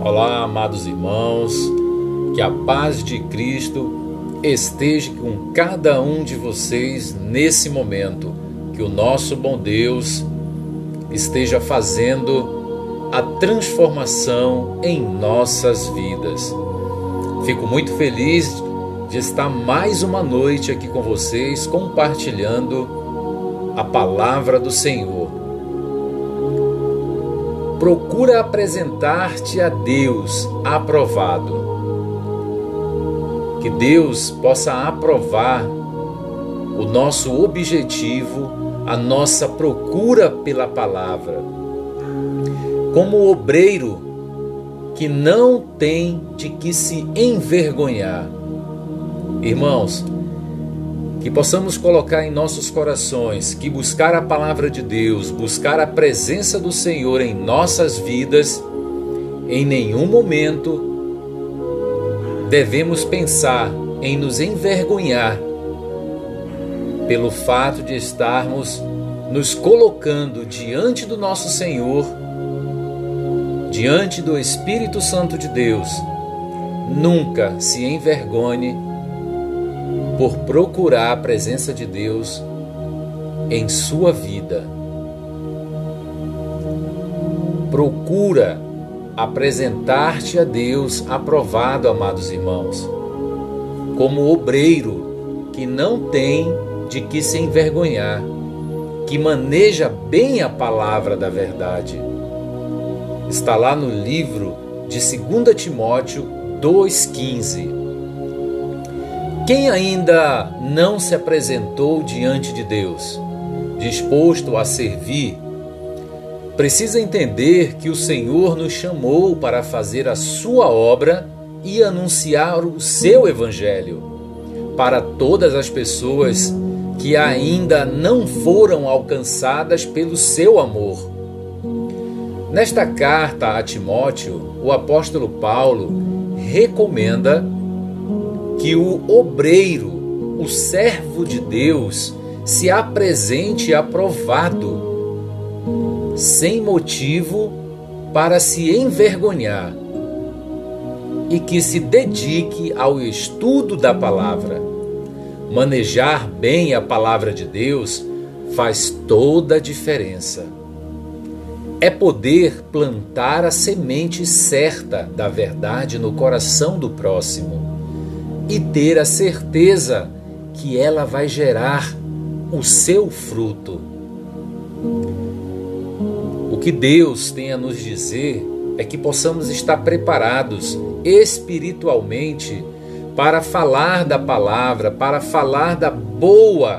Olá, amados irmãos, que a paz de Cristo esteja com cada um de vocês nesse momento, que o nosso bom Deus esteja fazendo a transformação em nossas vidas. Fico muito feliz de estar mais uma noite aqui com vocês, compartilhando a palavra do Senhor. Procura apresentar-te a Deus aprovado. Que Deus possa aprovar o nosso objetivo, a nossa procura pela palavra. Como obreiro que não tem de que se envergonhar. Irmãos, que possamos colocar em nossos corações que buscar a palavra de Deus, buscar a presença do Senhor em nossas vidas, em nenhum momento devemos pensar em nos envergonhar pelo fato de estarmos nos colocando diante do nosso Senhor, diante do Espírito Santo de Deus. Nunca se envergonhe por procurar a presença de Deus em sua vida. Procura apresentar-te a Deus aprovado, amados irmãos, como obreiro que não tem de que se envergonhar, que maneja bem a palavra da verdade. Está lá no livro de 2 Timóteo 2,15. Quem ainda não se apresentou diante de Deus, disposto a servir, precisa entender que o Senhor nos chamou para fazer a sua obra e anunciar o seu evangelho para todas as pessoas que ainda não foram alcançadas pelo seu amor. Nesta carta a Timóteo, o apóstolo Paulo recomenda que o obreiro, o servo de Deus, se apresente aprovado, sem motivo para se envergonhar, e que se dedique ao estudo da palavra. Manejar bem a palavra de Deus faz toda a diferença. É poder plantar a semente certa da verdade no coração do próximo e ter a certeza que ela vai gerar o seu fruto. O que Deus tem a nos dizer é que possamos estar preparados espiritualmente para falar da palavra, para falar da boa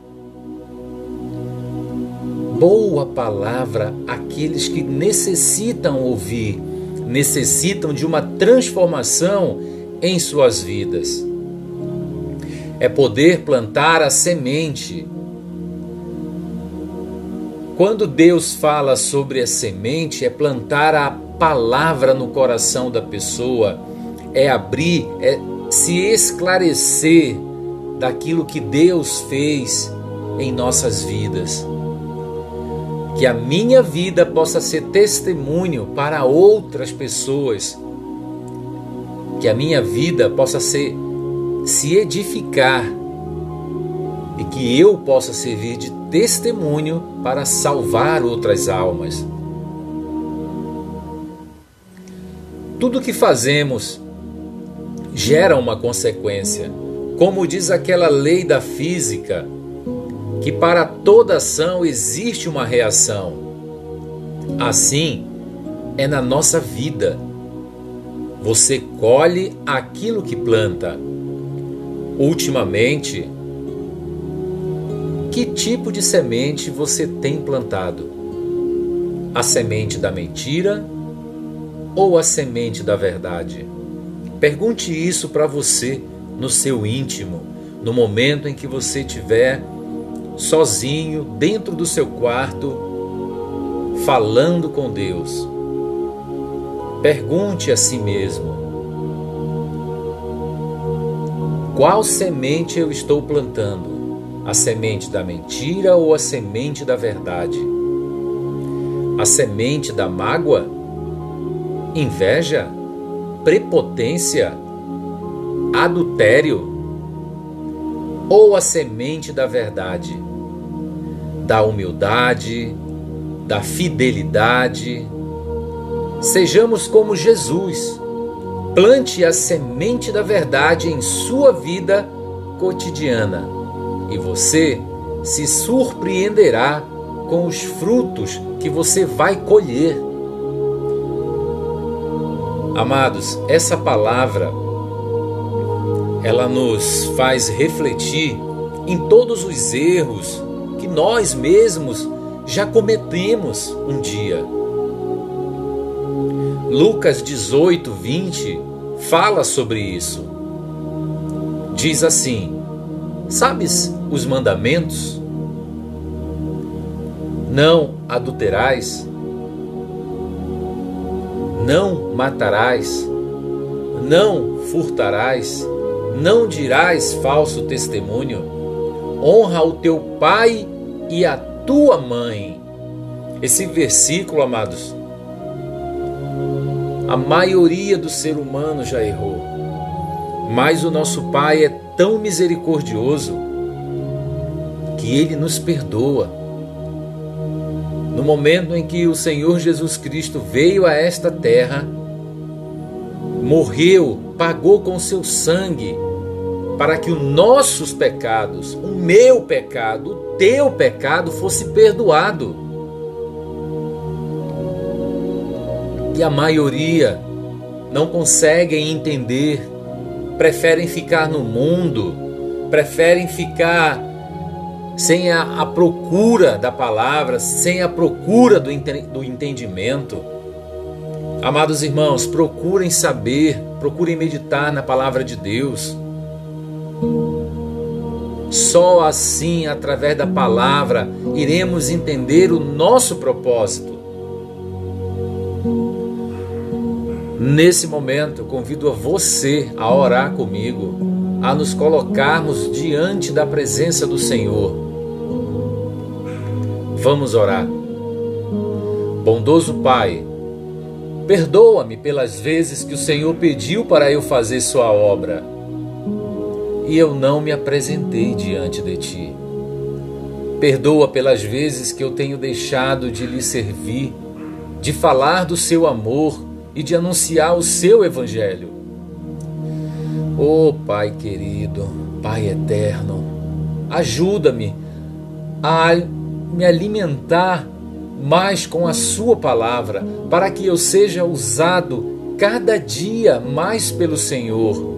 palavra àqueles que necessitam ouvir, necessitam de uma transformação em suas vidas. É poder plantar a semente. Quando Deus fala sobre a semente, é plantar a palavra no coração da pessoa, é abrir, é se esclarecer daquilo que Deus fez em nossas vidas. Que a minha vida possa ser testemunho para outras pessoas. Que a minha vida possa se edificar e que eu possa servir de testemunho para salvar outras almas. Tudo que fazemos gera uma consequência, como diz aquela lei da física, que para toda ação existe uma reação. Assim é na nossa vida. Você colhe aquilo que planta. Ultimamente, que tipo de semente você tem plantado? A semente da mentira ou a semente da verdade? Pergunte isso para você no seu íntimo, no momento em que você estiver sozinho, dentro do seu quarto, falando com Deus. Pergunte a si mesmo: qual semente eu estou plantando? A semente da mentira ou a semente da verdade? A semente da mágoa inveja, prepotência, adultério, ou a semente da verdade, da humildade, da fidelidade? Sejamos como Jesus. Plante a semente da verdade em sua vida cotidiana e você se surpreenderá com os frutos que você vai colher. Amados, essa palavra ela nos faz refletir em todos os erros que nós mesmos já cometemos um dia. Lucas 18, 20 fala sobre isso. Diz assim: sabes os mandamentos? Não adulterarás, não matarás, não furtarás, não dirás falso testemunho, honra o teu pai e a tua mãe. Esse versículo, amados, a maioria do ser humano já errou, mas o nosso Pai é tão misericordioso que Ele nos perdoa. No momento em que o Senhor Jesus Cristo veio a esta terra, morreu, pagou com seu sangue, para que os nossos pecados, o meu pecado, o teu pecado fosse perdoado. E a maioria não conseguem entender, preferem ficar no mundo, preferem ficar sem a procura da palavra, sem a procura do entendimento. Amados irmãos, procurem saber, procurem meditar na palavra de Deus. Só assim, através da palavra, iremos entender o nosso propósito. Nesse momento, eu convido a você a orar comigo, a nos colocarmos diante da presença do Senhor. Vamos orar. Bondoso Pai, perdoa-me pelas vezes que o Senhor pediu para eu fazer sua obra e eu não me apresentei diante de Ti. Perdoa pelas vezes que eu tenho deixado de lhe servir, de falar do seu amor e de anunciar o seu evangelho. Oh Pai querido, Pai eterno, ajuda-me a me alimentar mais com a sua palavra, para que eu seja usado cada dia mais pelo Senhor.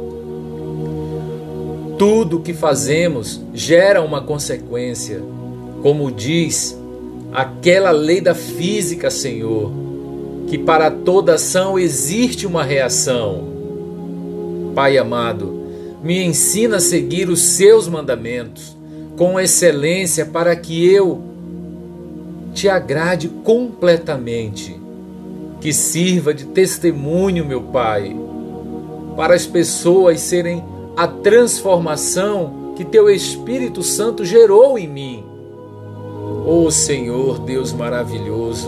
Tudo que fazemos gera uma consequência, como diz aquela lei da física, Senhor, que para toda ação existe uma reação. Pai amado, me ensina a seguir os seus mandamentos com excelência para que eu te agrade completamente, que sirva de testemunho, meu Pai, para as pessoas serem a transformação que teu Espírito Santo gerou em mim. Ó Senhor, Deus maravilhoso,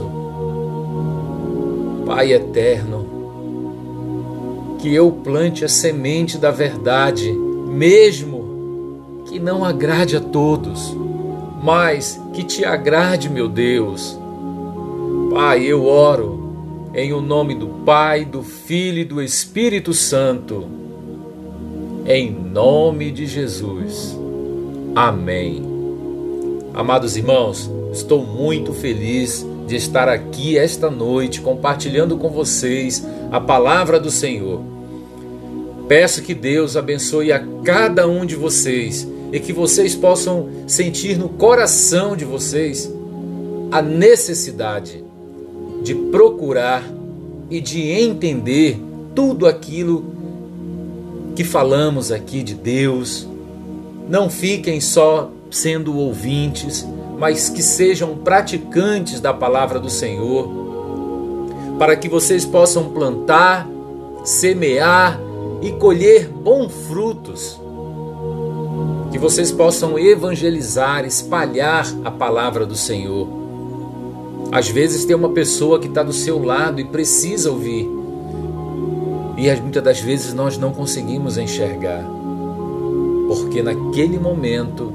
Pai eterno, que eu plante a semente da verdade, mesmo que não agrade a todos, mas que te agrade, meu Deus. Pai, eu oro em o nome do Pai, do Filho e do Espírito Santo, em nome de Jesus. Amém. Amados irmãos, estou muito feliz de estar aqui esta noite compartilhando com vocês a palavra do Senhor. Peço que Deus abençoe a cada um de vocês e que vocês possam sentir no coração de vocês a necessidade de procurar e de entender tudo aquilo que falamos aqui de Deus. Não fiquem só sendo ouvintes, mas que sejam praticantes da palavra do Senhor, para que vocês possam plantar, semear e colher bons frutos, que vocês possam evangelizar, espalhar a palavra do Senhor. Às vezes tem uma pessoa que está do seu lado e precisa ouvir. E muitas das vezes nós não conseguimos enxergar. Porque naquele momento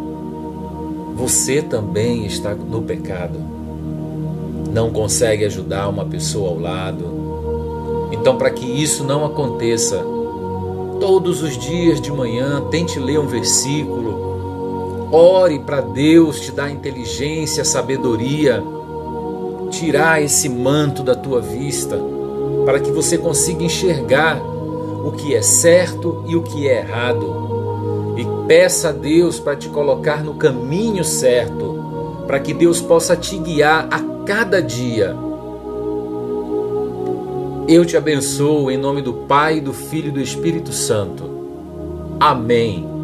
você também está no pecado. Não consegue ajudar uma pessoa ao lado. Então, para que isso não aconteça, todos os dias de manhã tente ler um versículo. Ore para Deus te dar inteligência, sabedoria. Tirar esse manto da tua vista, para que você consiga enxergar o que é certo e o que é errado. E peça a Deus para te colocar no caminho certo, para que Deus possa te guiar a cada dia. Eu te abençoo em nome do Pai, do Filho e do Espírito Santo. Amém.